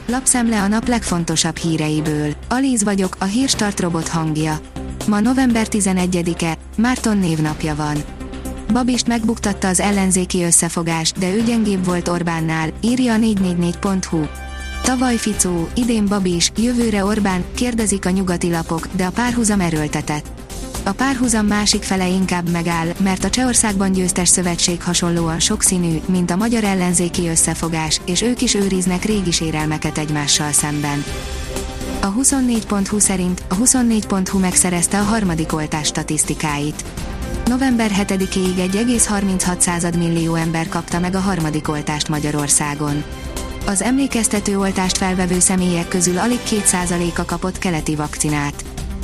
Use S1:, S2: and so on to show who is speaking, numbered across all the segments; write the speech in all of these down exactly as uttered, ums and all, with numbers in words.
S1: Lapszemle a nap legfontosabb híreiből. Alíz vagyok, a Hírstart robot hangja. Ma november tizenegyedike, Márton névnapja van. Babist megbuktatta az ellenzéki összefogás, de ő gyengébb volt Orbánnál, írja a négy négy négy pont hu. Tavaly Ficó, idén Babis, jövőre Orbán, kérdezik a nyugati lapok, de a párhuzam erőltetett. A párhuzam másik fele inkább megáll, mert a Csehországban győztes szövetség hasonlóan sokszínű, mint a magyar ellenzéki összefogás, és ők is őriznek régi sérelmeket egymással szemben. A huszonnégy pont hu szerint a huszonnégy pont hu megszerezte a harmadik oltás statisztikáit. november hetedikéig egy egész harminchat millió ember kapta meg a harmadik oltást Magyarországon. Az emlékeztető oltást felvevő személyek közül alig két százaléka kapott keleti vakcinát.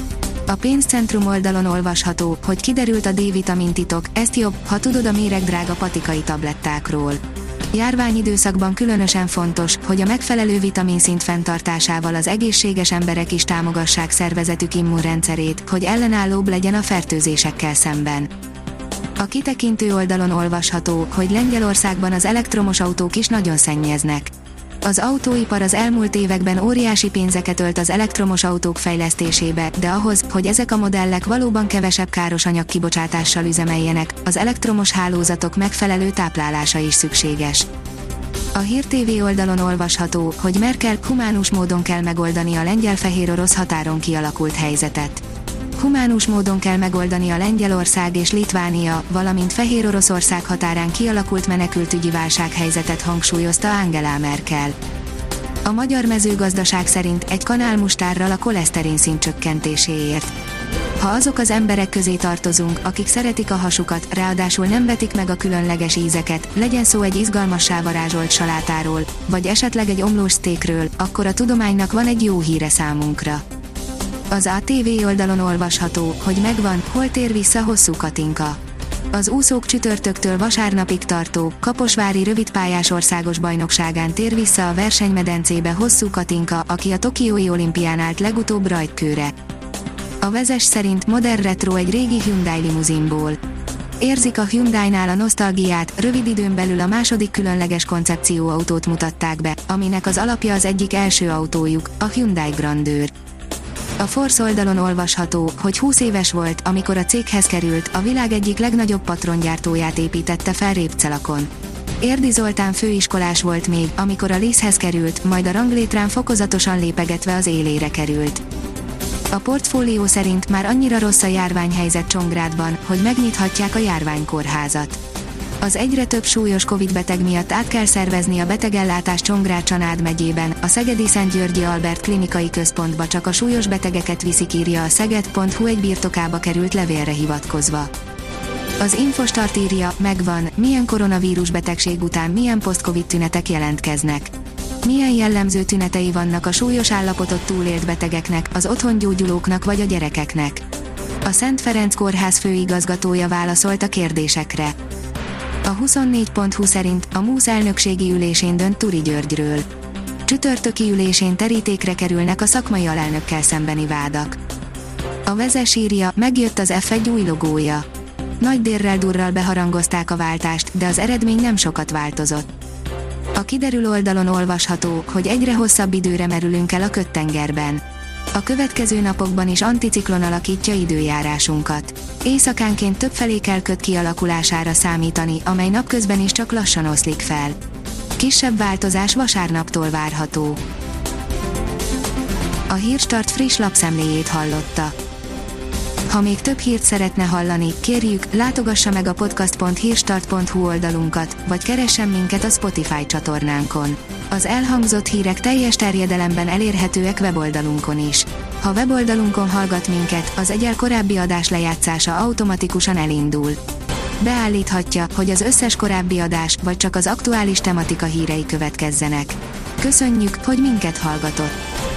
S1: A pénzcentrum oldalon olvasható, hogy kiderült a D-vitamin titok, ezt jobb, ha tudod a méregdrága patikai tablettákról. Járványidőszakban különösen fontos, hogy a megfelelő vitaminszint fenntartásával az egészséges emberek is támogassák szervezetük immunrendszerét, hogy ellenállóbb legyen a fertőzésekkel szemben. A kitekintő oldalon olvasható, hogy Lengyelországban az elektromos autók is nagyon szennyeznek. Az autóipar az elmúlt években óriási pénzeket ölt az elektromos autók fejlesztésébe, de ahhoz, hogy ezek a modellek valóban kevesebb káros anyag kibocsátással üzemeljenek, az elektromos hálózatok megfelelő táplálása is szükséges. A Hír té vé oldalon olvasható, hogy Merkel humánus módon kell megoldani a lengyel-fehérorosz határon kialakult helyzetet. Humánus módon kell megoldani a Lengyelország és Litvánia, valamint Fehéroroszország határán kialakult menekültügyi válsághelyzetet, hangsúlyozta Angela Merkel. A magyar mezőgazdaság szerint egy kanál mustárral a koleszterin szint csökkentéséért. Ha azok az emberek közé tartozunk, akik szeretik a hasukat, ráadásul nem vetik meg a különleges ízeket, legyen szó egy izgalmassá varázsolt salátáról, vagy esetleg egy omlós sztékről, akkor a tudománynak van egy jó híre számunkra. Az á té vé oldalon olvasható, hogy megvan, hol tér vissza Hosszú Katinka. Az úszók csütörtöktől vasárnapig tartó, kaposvári rövidpályás országos bajnokságán tér vissza a versenymedencébe Hosszú Katinka, aki a tokiói olimpián állt legutóbb rajtkőre. A Vezes szerint modern retro egy régi Hyundai limuzinból. Érzik a Hyundai-nál a nosztalgiát, rövid időn belül a második különleges koncepcióautót mutatták be, aminek az alapja az egyik első autójuk, a Hyundai Grandeur. A Force oldalon olvasható, hogy húsz éves volt, amikor a céghez került, a világ egyik legnagyobb patrongyártóját építette fel Répcelakon. Érdi Zoltán főiskolás volt még, amikor a Lee's-hez került, majd a ranglétrán fokozatosan lépegetve az élére került. A portfólió szerint már annyira rossz a járványhelyzet Csongrádban, hogy megnyithatják a járványkórházat. Az egyre több súlyos Covid beteg miatt át kell szervezni a betegellátást Csongrád-Csanád megyében, a szegedi Szent-Györgyi Albert klinikai központba csak a súlyos betegeket viszik, írja a szeged pont hu egy birtokába került levélre hivatkozva. Az Infostart írja, megvan, milyen koronavírus betegség után milyen post-Covid tünetek jelentkeznek. Milyen jellemző tünetei vannak a súlyos állapotot túlélt betegeknek, az otthongyógyulóknak vagy a gyerekeknek. A Szent Ferenc Kórház főigazgatója válaszolt a kérdésekre. A huszonnégy pont hu szerint a MUSZ elnökségi ülésén dönt Turi Györgyről. Csütörtöki ülésén terítékre kerülnek a szakmai alelnökkel szembeni vádak. A Vezes írja, megjött az ef egy új logója. Nagy dérrel durral beharangozták a váltást, de az eredmény nem sokat változott. A kiderül oldalon olvasható, hogy egyre hosszabb időre merülünk el a Köd-tengerben. A következő napokban is anticiklon alakítja időjárásunkat. Éjszakánként többfelé kell köd kialakulására számítani, amely napközben is csak lassan oszlik fel. Kisebb változás vasárnaptól várható. A Hírstart friss lapszemléjét hallotta. Ha még több hírt szeretne hallani, kérjük, látogassa meg a podcast pont hírstart pont hu oldalunkat, vagy keressen minket a Spotify csatornánkon. Az elhangzott hírek teljes terjedelemben elérhetőek weboldalunkon is. Ha weboldalunkon hallgat minket, az egyel korábbi adás lejátszása automatikusan elindul. Beállíthatja, hogy az összes korábbi adás, vagy csak az aktuális tematika hírei következzenek. Köszönjük, hogy minket hallgatott!